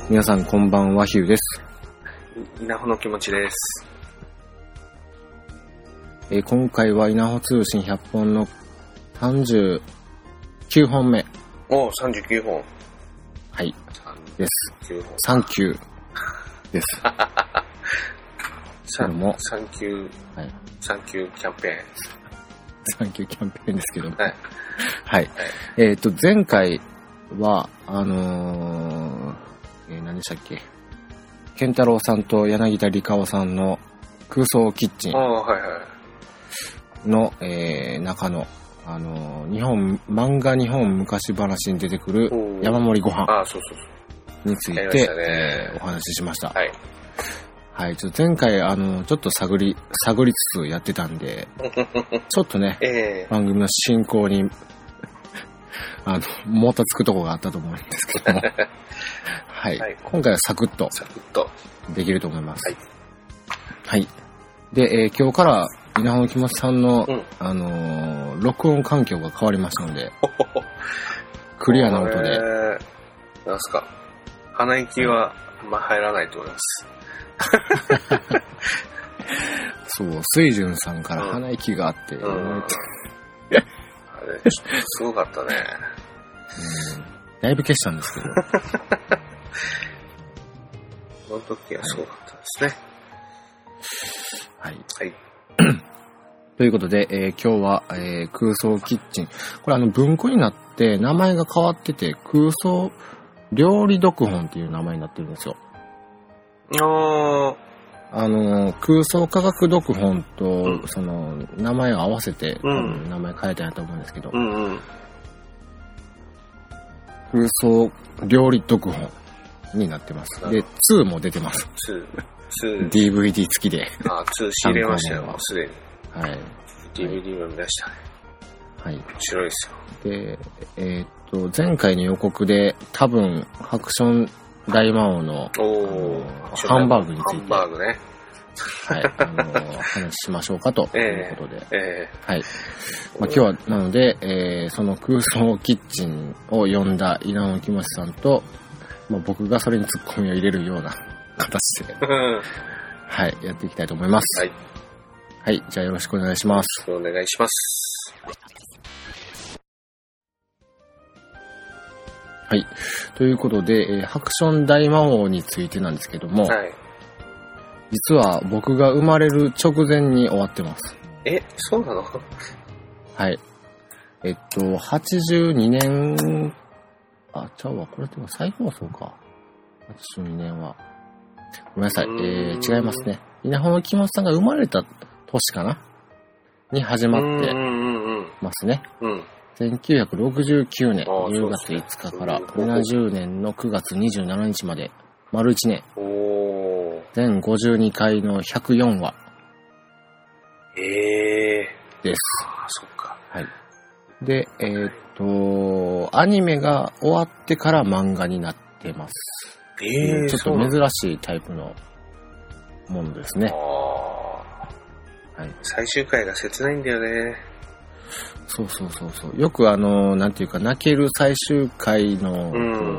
皆さんこんばんは、ヒューです。 稲穂の気持ちです。 今回は稲穂通信100本の39本目。 お、39本。 はい。です。39です。 サンキュー、はい、サンキューキャンペーン。 サンキューキャンペーンですけども。 はい。 はい。前回は、何でしたっけ？健太郎さんと柳田理香さんの空想キッチンの、中の、漫画日本昔話に出てくる山盛りご飯について、お話ししました。 はい。 はい、ちょっと前回、ちょっと探りつつやってたんで、ちょっとね、番組の進行に、もたつくとこがあったと思うんですけども、はい、はい。今回はサクッとできると思います。はい。はい。で、今日から稲穂木松さんの、録音環境が変わりますので、クリアな音で。 なんすか、鼻息はあんま入らないと思います。 そう、水準さんから鼻息があって、 あれ、すごかったね。 だいぶ消したんですけど。 その時はすごかったですね。 はい。 はい。 ということで、今日は、空想キッチン。これ文庫になって名前が変わってて、空想料理読本っていう名前になってるんですよ。空想科学読本と、その名前を合わせて、名前変えたいなと思うんですけど、空想料理読本になってます。で、2も出てます。2 DVD 付きで。 2仕入れましたよ、もうすでに。 はい。 DVD も見ましたね。はい。面白いですよ。で、前回の予告で多分、ハクション大魔王のハンバーグについて。 ハンバーグね。 はい。話しましょうかということで。はい。まあ、今日は、なので、その空想キッチンを呼んだ稲穂木松さんと、まあ、僕がそれにツッコミを入れるような形で、はい、やっていきたいと思います。はい。はい。じゃあよろしくお願いします。 お願いします。 はい。ということで、ハクション大魔王についてなんですけども、はい、実は僕が生まれる直前に終わってます。 そうなの？ はい。82年、ちゃうわ、これって再放送か。82年は。ごめんなさい。違いますね。稲穂木松さんが生まれた年かなに始まってますね。1969年10月5日から70年の9月27日まで丸1年。全52回の104話。です。 そっか。 はい。で、アニメが終わってから漫画になってます。ちょっと珍しいタイプのものですね。はい。 最終回が切ないんだよね。 そう。よくなんていうか、泣ける最終回の、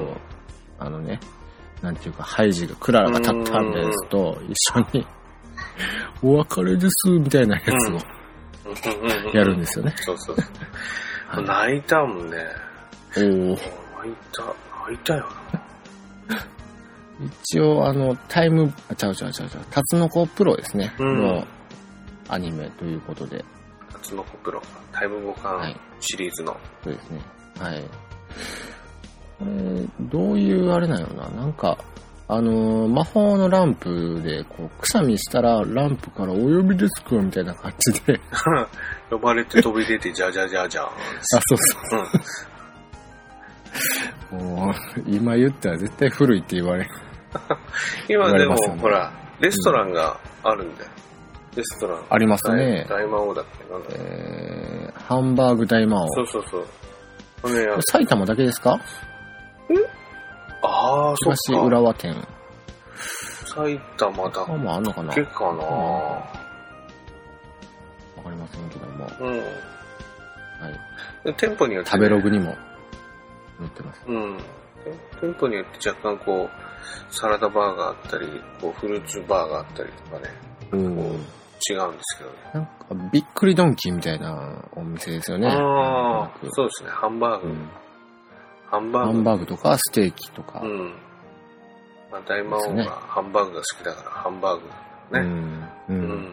なんていうか、ハイジが、クララが立ったんですと、一緒に、お別れですみたいなやつをやるんですよね。 そう。はい、泣いたもんね。泣いたよ。 一応タイム、タツノコプロですね。のアニメということで。 タツノコプロ、タイムボカンシリーズの。 そうですね。はい。どういうあれなのな、なんか、魔法のランプで、くしゃみしたらランプからお呼びですかみたいな感じで。 呼ばれて飛び出て、じゃじゃじゃじゃん。 そう。もう、今言ったら絶対古いって言われ今でも、ほら、レストランがあるんだよ。レストラン。 ありますね。 大魔王だっけなんだハンバーグ大魔王。 そう。 埼玉だけですか？ そうか。 東浦和店。 埼玉だっもあんのかな？ けかな？ わかりませんけども。はい。 店舗によって、 食べログにも載ってます。 店舗によって若干サラダバーがあったり、こうフルーツバーがあったりとかね、こう違うんですけどね。 なんかびっくりドンキーみたいなお店ですよね。 ああ、そうですね。ハンバーグ。ハンバーグとかステーキとか。 まあ、大魔王がハンバーグが好きだからハンバーグね。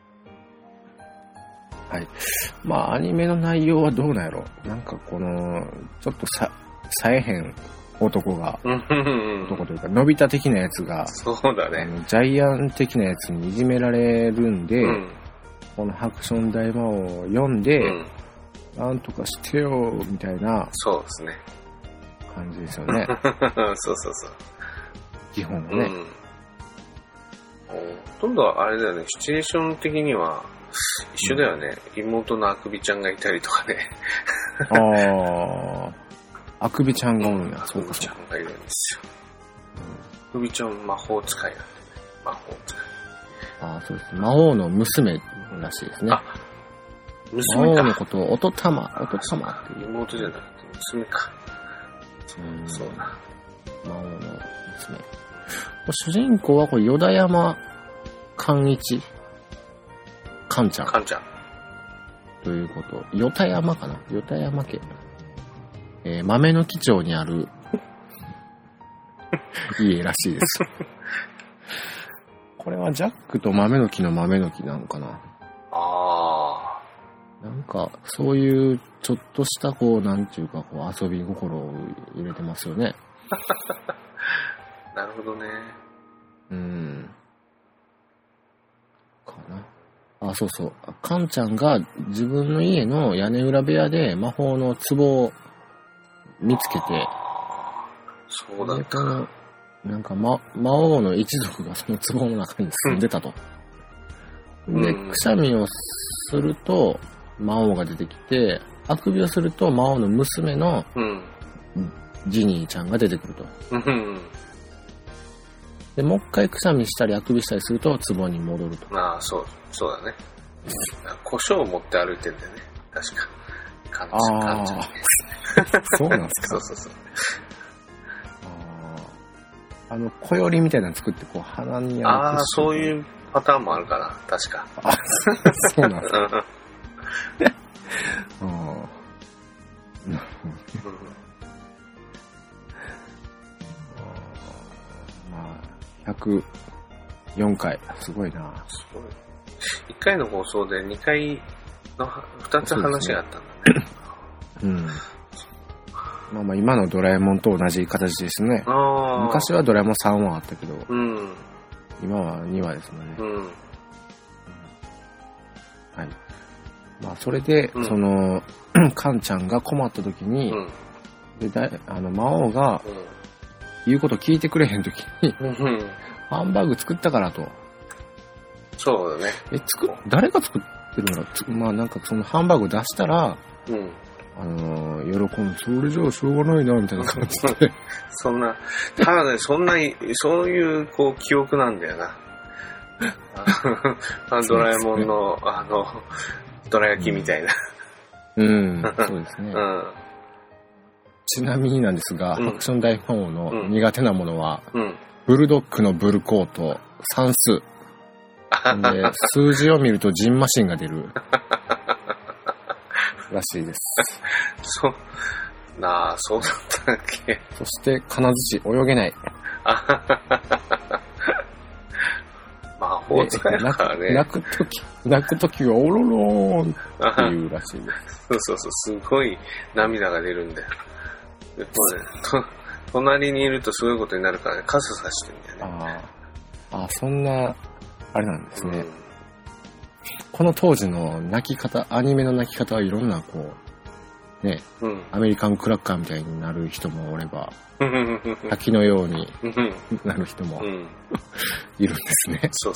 はい。まあ、アニメの内容はどうなんやろ。なんかこの、ちょっとさえへん男というか、のび太的なやつが、 そうだね。 ジャイアン的なやつにいじめられるんで、このハクション大魔王を読んで、なんとかしてよ、みたいな、 そうですね。 感じですよね。 そう。 基本はね。 ほとんどあれだよね、シチュエーション的には一緒だよね。妹のあくびちゃんがいたりとかね。 あくびちゃんがおるんや。そうか。 あくびちゃんがいるんですよ。あくびちゃん魔法使いなんでね。魔法使い。 そうです。魔王の娘らしいですね。 娘か。 魔王のことを音玉っていう。 妹じゃなくて娘か。そうだ。 魔王の娘。主人公はこれ、よだやまかんいちかんちゃん。ということ。よたやまかなよたやま家。豆の木町にある家らしいです。これはジャックと豆の木の豆の木なのかな。なんか、そういうちょっとしたこう、なんていうか、こう遊び心を入れてますよね。 なるほどね。 かな。そうそう。カンちゃんが自分の家の屋根裏部屋で魔法の壺を見つけて、 そうだった。 なんか魔王の一族がその壺の中に住んでたと。で、くしゃみをすると魔王が出てきて、あくびをすると魔王の娘のジニーちゃんが出てくると。で、もう一回くしゃみしたりあくびしたりすると壺に戻ると。 そうだね。胡椒を持って歩いてんだよね。確か。感じ。 そうなんですか。 そう。 小よりみたいなの作ってこう鼻にやる。 そういうパターンもあるかな。確か。 そうなんですか。104回。すごいな。 すごい。1回の放送で2回の2つ話があったんだね。 まあ今のドラえもんと同じ形ですね。昔はドラえもん3話あったけど、今は2話ですもんね。はい。まあそれで、その、カンちゃんが困った時に、魔王が言うこと聞いてくれへん時に、ハンバーグ作ったからと。 そうだね。 誰が作ってるのか、まあなんかそのハンバーグ出したら、喜んで、それじゃあしょうがないな、みたいな感じで。 ただね、そういう、こう、記憶なんだよな。ドラえもんの、どら焼きみたいな。 そうですね。ちなみになんですが、ハクション大魔王の苦手なものは、ブルドッグのブルコート、算数。で、数字を見るとジンマシンが出る。らしいです。 そうだったっけ。 そして、金槌、泳げない。 魔法使いだからね。 泣くときはオロローンっていうらしいです。 そう、すごい涙が出るんだよ。でこれ隣にいるとすごいことになるからね、傘さしてるんだよね。 そんな、あれなんですね。この当時の泣き方、アニメの泣き方はいろんな、こう、ね、アメリカンクラッカーみたいになる人もおれば、滝のようになる人もいるんですね。 そう。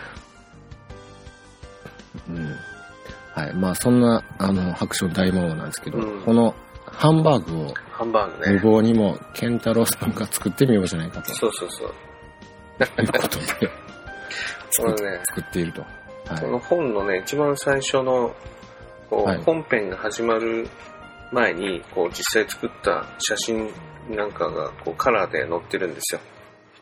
はい。まあ、そんな、ハクション大魔王なんですけど、このハンバーグを、無謀にも、ケンタロウさんが作ってみようじゃないかと。 そう。 ということで、作っていると。 この本のね、一番最初の本編が始まる前に実際作った写真なんかがカラーで載ってるんですよ。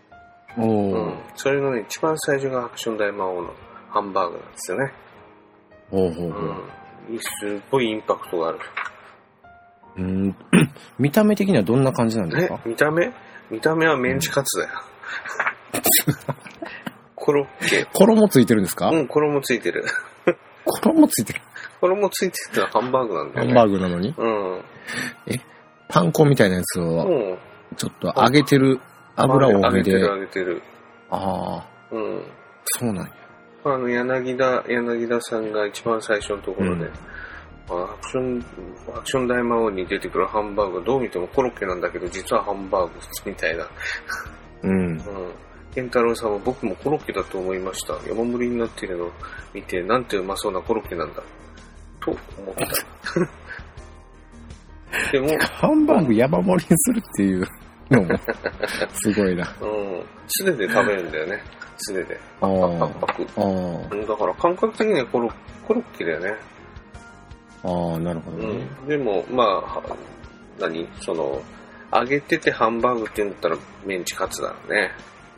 それのね、一番最初がハクション大魔王のハンバーグなんですよね。すっごいインパクトがある。 見た目的にはどんな感じなんですか？ 見た目はメンチカツだよ。コロッケ。 衣ついてるんですか？ 衣ついてる。 衣ついてるのはハンバーグなんだよね。 ハンバーグなのに？パン粉みたいなやつを、ちょっと揚げてる、油多めで。 揚げてる。 そうなんや。 柳田さんが一番最初のところで、アクション大魔王に出てくるハンバーグはどう見てもコロッケなんだけど、実はハンバーグみたいな。健太郎さんは僕もコロッケだと思いました。山盛りになっているのを見て、なんてうまそうなコロッケなんだ。と思った。でも、 ハンバーグ山盛りにするっていうのも、すごいな。 素手で食べるんだよね。素手で。パク。だから感覚的にはコロッケだよね。 なるほどね。 でも、揚げててハンバーグって言うんだったらメンチカツだよね。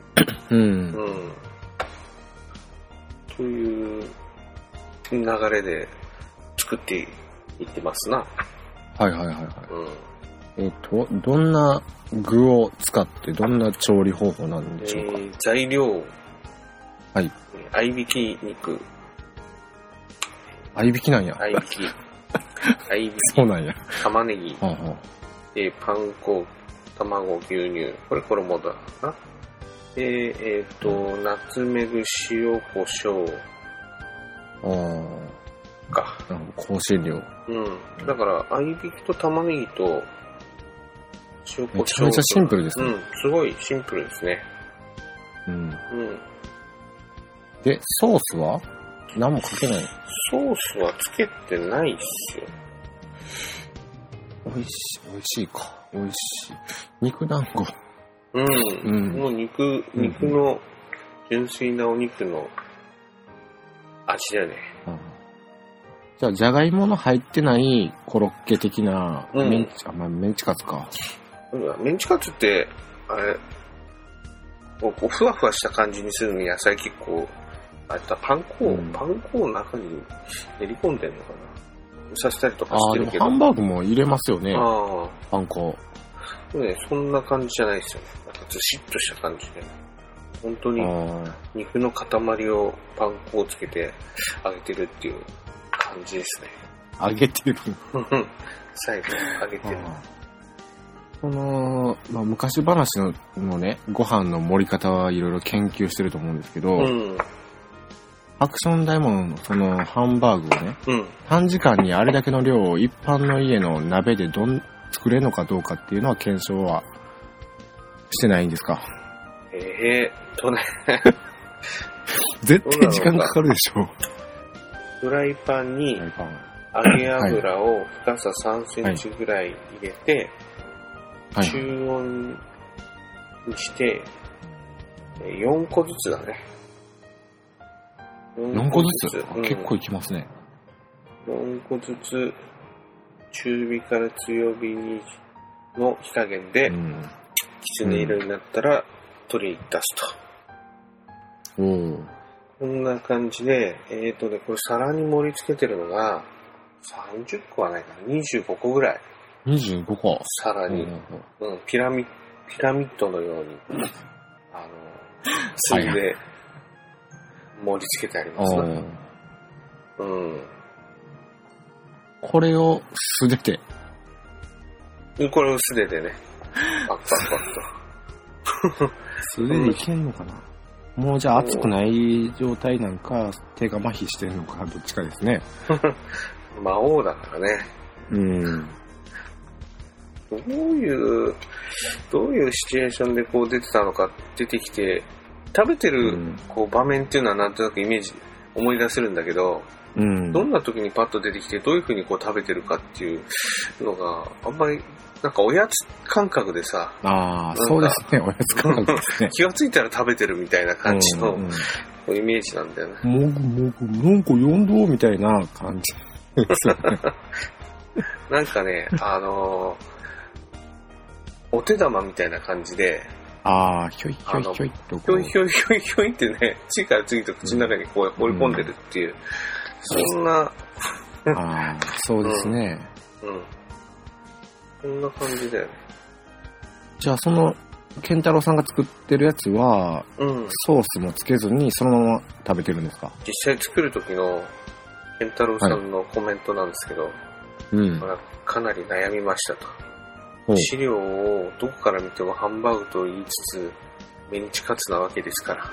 という流れで作っていってますな。 どんな具を使ってどんな調理方法なんでしょうか？ 材料。合いびき肉。 合いびきなんや。 合いびき。 そうなんや。 玉ねぎ。パン粉、卵、牛乳。これ衣だな。ナツメグ、塩、胡椒。か。 香辛料。 だから、合いびきと玉ねぎと塩、胡椒。 めちゃめちゃシンプルですね。 すごいシンプルですね。 で、ソースは何もかけない？ ソースはつけてないっすよ。 美味しいか。美味しい。肉団子。 もう肉の、純粋なお肉の味だよね。 じゃあ、じゃがいもの入ってないコロッケ的なメンチカツか。 メンチカツって、こうふわふわした感じにするのに野菜結構、パン粉を中に練り込んでんのかな。させたりとかしてるけど。 ハンバーグも入れますよね。パン粉。 そんな感じじゃないですよね。ずしっとした感じで。本当に肉の塊をパン粉をつけて揚げてるっていう感じですね。 揚げてる最後揚げてる。 昔話のね、ご飯の盛り方はいろいろ研究してると思うんですけど、アクション大魔王のそのハンバーグをね、短時間にあれだけの量を一般の家の鍋で作れるのかどうかっていうのは検証はしてないんですか？絶対時間かかるでしょ。 フライパンに揚げ油を深さ3センチぐらい入れて、中温にして4個ずつだね。 4個ずつ、結構いきますね。 4個ずつ中火から強火の火加減で、きつね色になったら取り出すと。こんな感じで、これ皿に盛り付けてるのが30個はないかな、25個ぐらい。 25個皿に、ピラミッドのように炭で盛り付けてありますね。 これを素手で。 これを素手でね。パッパッパッと。 素手でいけんのかな？もうじゃあ熱くない状態なんか、手が麻痺してんのか、どっちかですね。 魔王だからね。どういうシチュエーションでこう出てきて、食べてるこう場面っていうのはなんとなくイメージ思い出せるんだけど、どんな時にパッと出てきてどういう風にこう食べてるかっていうのがあんまりなんかおやつ感覚でさ、 そうですね、おやつ感覚ですね。 気がついたら食べてるみたいな感じのイメージなんだよね。 なんか4度みたいな感じですよね。 なんかね、お手玉みたいな感じで、 ひょいひょいひょいと。 ひょいひょいひょいひょいってね、次から次と口の中にこう放り込んでるっていう、そんな。 そうですね。 そんな感じだよね。 じゃあ健太郎さんが作ってるやつは、ソースもつけずにそのまま食べてるんですか？ 実際作る時の健太郎さんのコメントなんですけど、かなり悩みましたと。資料をどこから見てもハンバーグと言いつつメンチカツなわけですから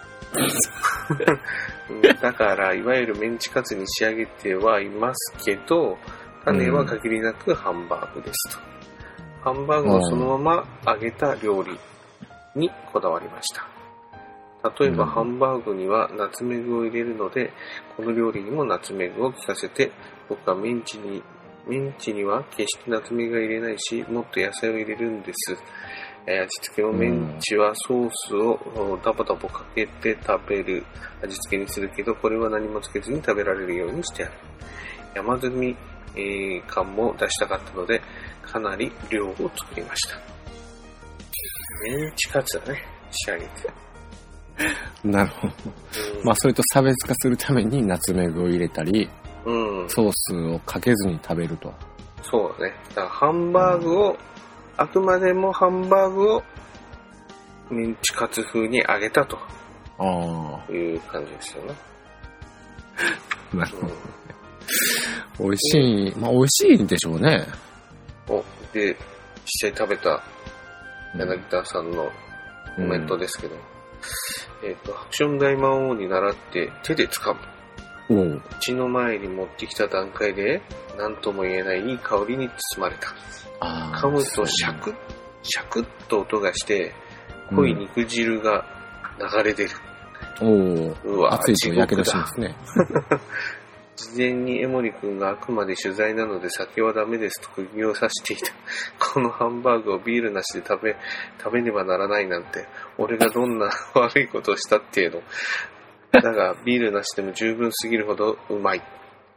だからいわゆるメンチカツに仕上げてはいますけど、種は限りなくハンバーグですと。ハンバーグをそのまま揚げた料理にこだわりました。例えばハンバーグにはナツメグを入れるので、この料理にもナツメグを効かせて、僕はメンチには決してナツメグが入れないし、もっと野菜を入れるんです。味付けもメンチはソースをダボダボかけて食べる味付けにするけど、これは何もつけずに食べられるようにしてある。山積み、感も出したかったので、かなり量を作りました。メンチカツだね、仕上げて。 なるほど。それと差別化するためにナツメグを入れたり、ソースをかけずに食べると。 そうだね。だからハンバーグを、あくまでもハンバーグをメンチカツ風に揚げたという感じですよね。 なるほど。美味しい、美味しいんでしょうね。 で、実際食べた柳田さんのコメントですけど、ハクション大魔王に習って手で掴む。口の前に持ってきた段階で何とも言えないいい香りに包まれた。噛むとシャクッと音がして濃い肉汁が流れ出る。 うわ、熱いとやけどしますね。 事前に江森くんがあくまで取材なので酒はダメですと釘を刺していた。このハンバーグをビールなしで食べねばならないなんて、俺がどんな悪いことをしたっていうの。だがビールなしでも十分すぎるほどうまい。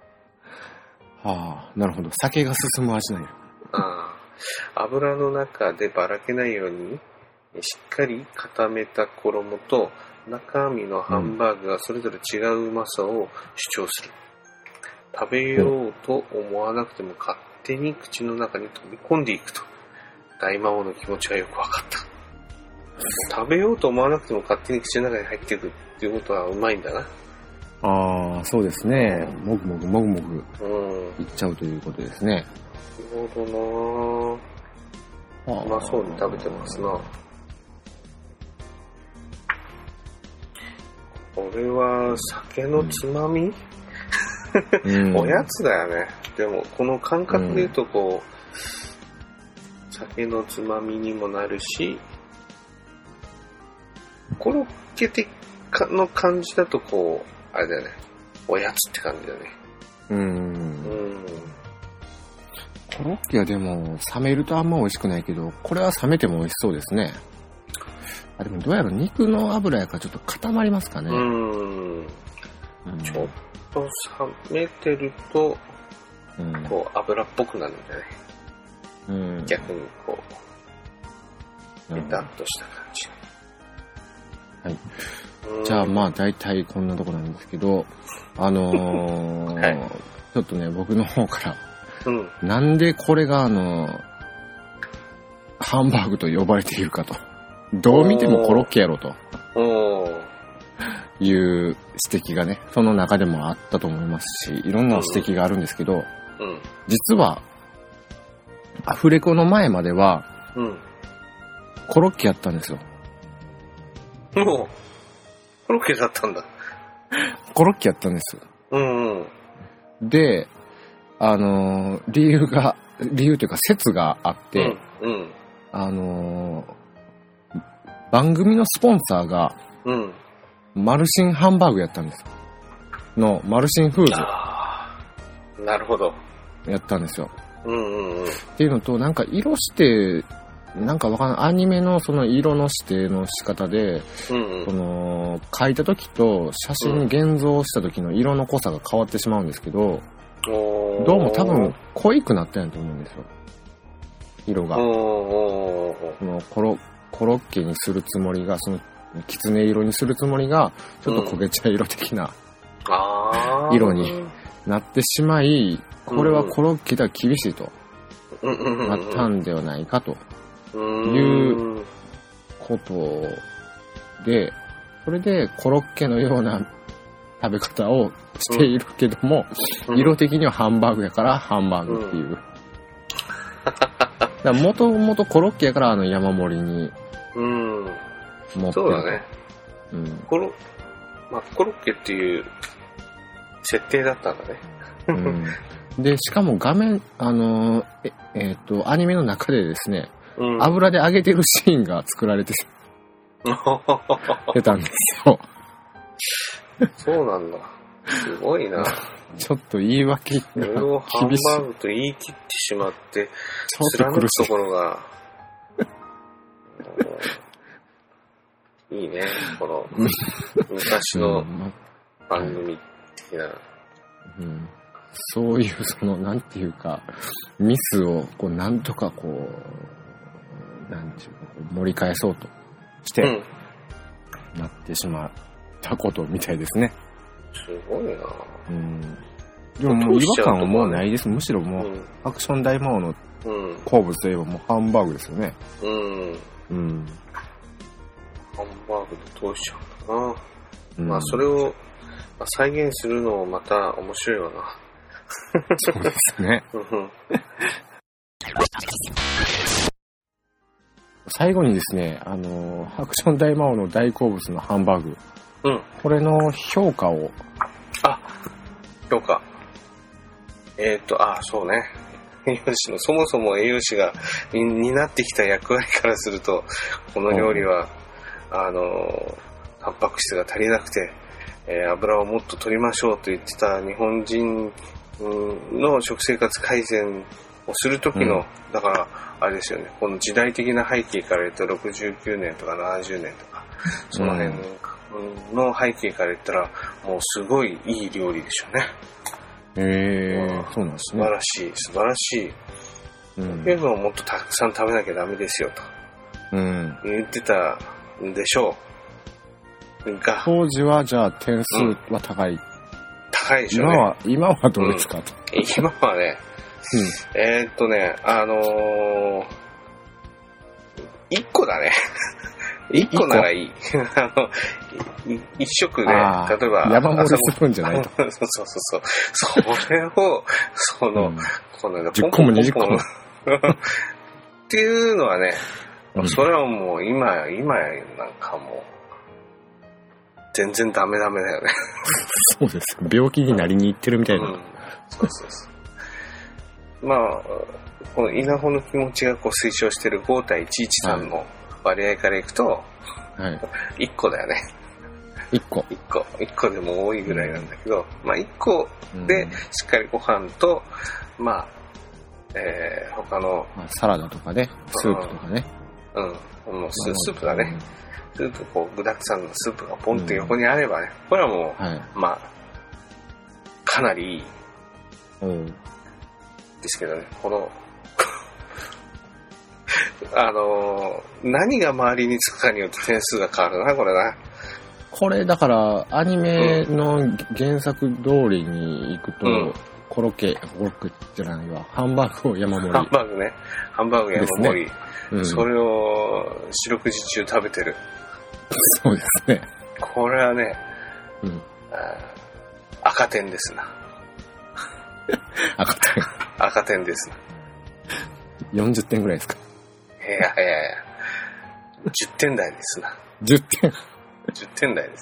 なるほど。酒が進む味なんや。 油の中でばらけないようにしっかり固めた衣と中身のハンバーグがそれぞれ違ううまさを主張する。食べようと思わなくても勝手に口の中に飛び込んでいくと。大魔王の気持ちはよく分かった。食べようと思わなくても勝手に口の中に入っていくっていうことはうまいんだな。 そうですね。もぐもぐもぐもぐいっちゃうということですね。 なるほどな。うまそうに食べてますな。これは酒のつまみ、おやつだよね。でもこの感覚で言うと酒のつまみにもなるし、コロッケ的の感じだとあれだよね。おやつって感じだね。 コロッケはでも冷めるとあんま美味しくないけど、これは冷めても美味しそうですね。でもどうやら肉の油やからちょっと固まりますかね。 ちょっと冷めてると、油っぽくなるんじゃない？逆にベタっとした感じ。 じゃあ大体こんなとこなんですけど、ちょっとね、僕の方から、なんでこれがハンバーグと呼ばれているかと。どう見てもコロッケやろと。いう指摘がね、その中でもあったと思いますし、いろんな指摘があるんですけど、実は、アフレコの前までは、コロッケやったんですよ。 コロッケだったんだ。 コロッケやったんです。で、理由というか説があって、番組のスポンサーが、マルシンハンバーグやったんですの、マルシンフーズ。 なるほど。 やったんですよ。っていうのと、なんか色指定、なんかわかんない。アニメのその色の指定の仕方で、書いた時と写真現像した時の色の濃さが変わってしまうんですけど、どうも多分濃いくなったんやと思うんですよ。色が。ココロッケにするつもりが、そのきつね色にするつもりがちょっと焦げ茶色的な色になってしまい、これはコロッケでは厳しいとなったんではないかということで、それでコロッケのような食べ方をしているけども、色的にはハンバーグやからハンバーグっていう。もともとコロッケやから山盛りに持ってる。 そうだね。コロッケっていう設定だったんだね。 で、しかも画面、アニメの中でですね、油で揚げてるシーンが作られて出たんですよ。 そうなんだ。すごいな。 ちょっと言い訳が厳しい。 それをハンバーグと言い切ってしまって、貫くところが、いいね。この、昔の番組的な。 そういう、なんていうか、ミスを、なんとかなんていうか、盛り返そうとして、なってしまったことみたいですね。 すごいな。 でももう違和感はもうないです。むしろもう、アクション大魔王の好物といえばもうハンバーグですよね。 ハンバーグで通しちゃうんだな。まあそれを再現するのもまた面白いわな。 そうですね。最後にですね、アクション大魔王の大好物のハンバーグ。これの評価を。 評価。そうね。栄養士の、そもそも栄養士が担ってきた役割からすると、この料理は、タンパク質が足りなくて、油をもっと取りましょうと言ってた日本人の食生活改善をする時の、だからあれですよね、この時代的な背景から言うと69年とか70年とかその辺の背景から言ったらもうすごいいい料理でしょうね。 そうなんですね。 素晴らしい。けどもっとたくさん食べなきゃダメですよと、言ってたんでしょうが、 当時はじゃあ点数は高い。 高いでしょうね。 今はどうですかと。 今はね、1個だね。1個ならいい。一食で、例えば。 山盛りするんじゃないと。 そう。それを、この 10個も20個も。 っていうのはね、それはもう今なんかもう、全然ダメだよね。 そうです。病気になりに行ってるみたいな。 そう。まあ、この稲穂の気持ちが推奨してる5対113の割合からいくと、1個だよね。1個でも多いぐらいなんだけど、1個でしっかりご飯と、他の、 サラダとかね、スープとかね。 もうスープがね、スープ具だくさんのスープがポンって横にあればね、これはもう、かなりいい。ですけどね、この何が周りにつくかによって点数が変わるな、これな。 これだからアニメの原作通りに行くと、コロッケじゃないわ、ハンバーグを山盛り。 ハンバーグ山盛り。それを四六時中食べてる。 そうですね。 これはね、赤点ですな。赤点ですな。 40点ぐらいですか。 いや10点台ですな。 10点 10点台です。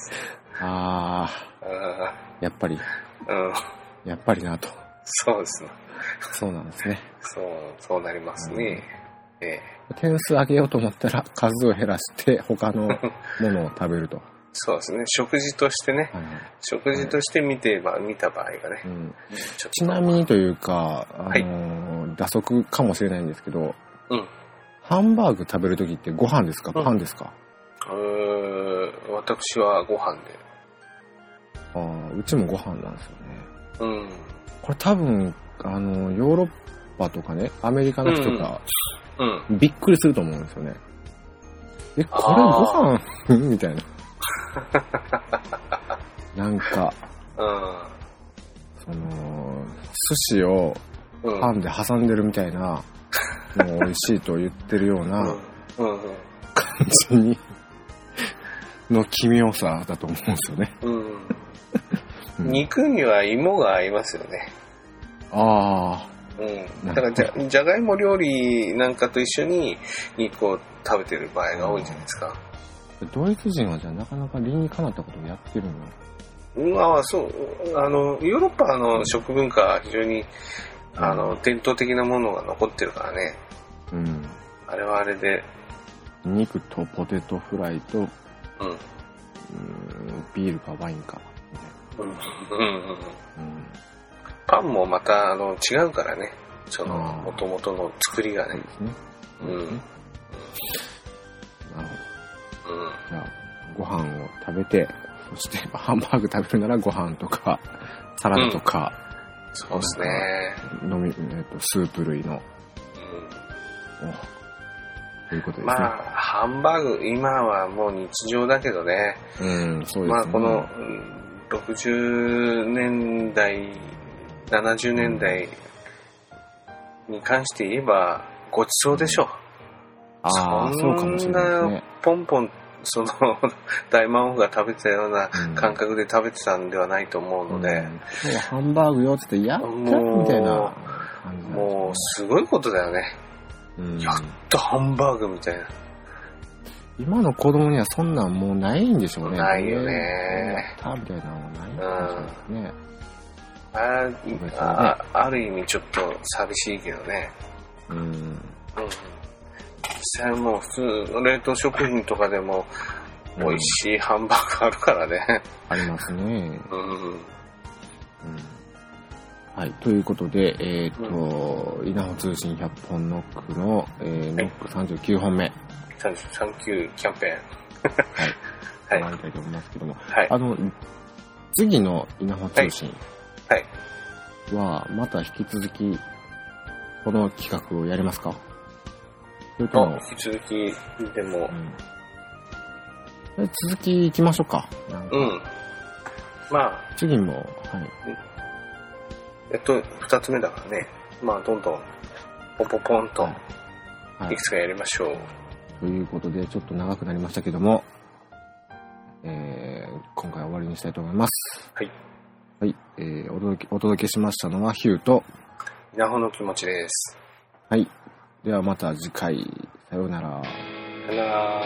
やっぱりやっぱりなと。 そうですな。 そうなんですね。 そうなりますね。 点数上げようと思ったら数を減らして他のものを食べると。 そうですね。食事としてね、食事として見た場合がね、 ちなみにというか、打足かもしれないんですけど、ハンバーグ食べるときってご飯ですか、パンですか？ 私はご飯で。 うちもご飯なんですよね。これ多分ヨーロッパとかね、アメリカの人がびっくりすると思うんですよね。 これご飯みたいな。なんか、寿司をパンで挟んでるみたいな、もう美味しいと言ってるような感じにの奇妙さだと思うんですよね。 肉には芋が合いますよね。だからじゃがいも料理なんかと一緒に肉を食べてる場合が多いじゃないですか。 ドイツ人はじゃあなかなか理にかなったことをやってるの？ そう。ヨーロッパの食文化は非常に伝統的なものが残ってるからね。あれはあれで。 肉とポテトフライと、ビールかワインか。 パンもまた違うからね。その元々の作りがね。 なるほど。じゃあご飯を食べて、そしてハンバーグ食べるならご飯とかサラダとか、 そうですね。 スープ類の。ということですね。 ハンバーグ今はもう日常だけどね。 そうですね。 この60年代、70年代に関して言えばごちそうでしょう。 そうかもしれないですね。 ポンポン大魔王が食べてたような感覚で食べてたんではないと思うので、 ハンバーグよって言ってやったみたいな感じ、 もうすごいことだよね。やっとハンバーグみたいな。 今の子供にはそんなんもうないんでしょうね。 ないよね。 やったみたいなのはないかもしれないですね。 ある意味ちょっと寂しいけどね。実際もう普通の冷凍食品とかでも美味しいハンバーグあるからね。 ありますね。はい、ということで、稲穂通信100本ノックの、ノック39本目。 39キャンペーン。 終わりたいと思いますけども。次の稲穂通信は、また引き続き、この企画をやりますか？それとも引き続きでも、 続き行きましょうか。次も、 2つ目だからね。どんどんポンポンポンといくつかやりましょう。 ということでちょっと長くなりましたけども、今回は終わりにしたいと思います。お届けしましたのはヒューと稲穂の気持ちです。 ではまた次回、さようなら。 さようなら。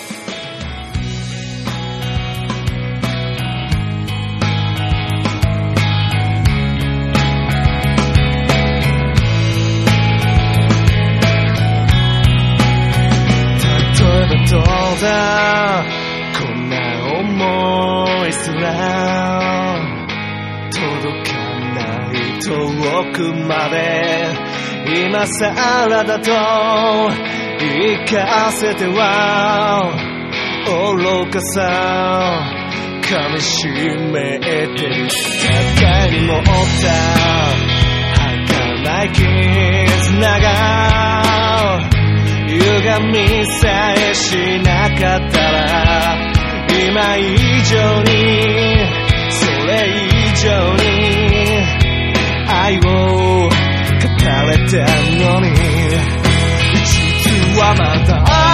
どうだこんな思いすら届かない遠くまで今さらだと言いかせては愚かさ噛みしめて肩に持った儚い絆が歪みさえしなかったら今以上にそれ以上に愛を語れたのに実はまだ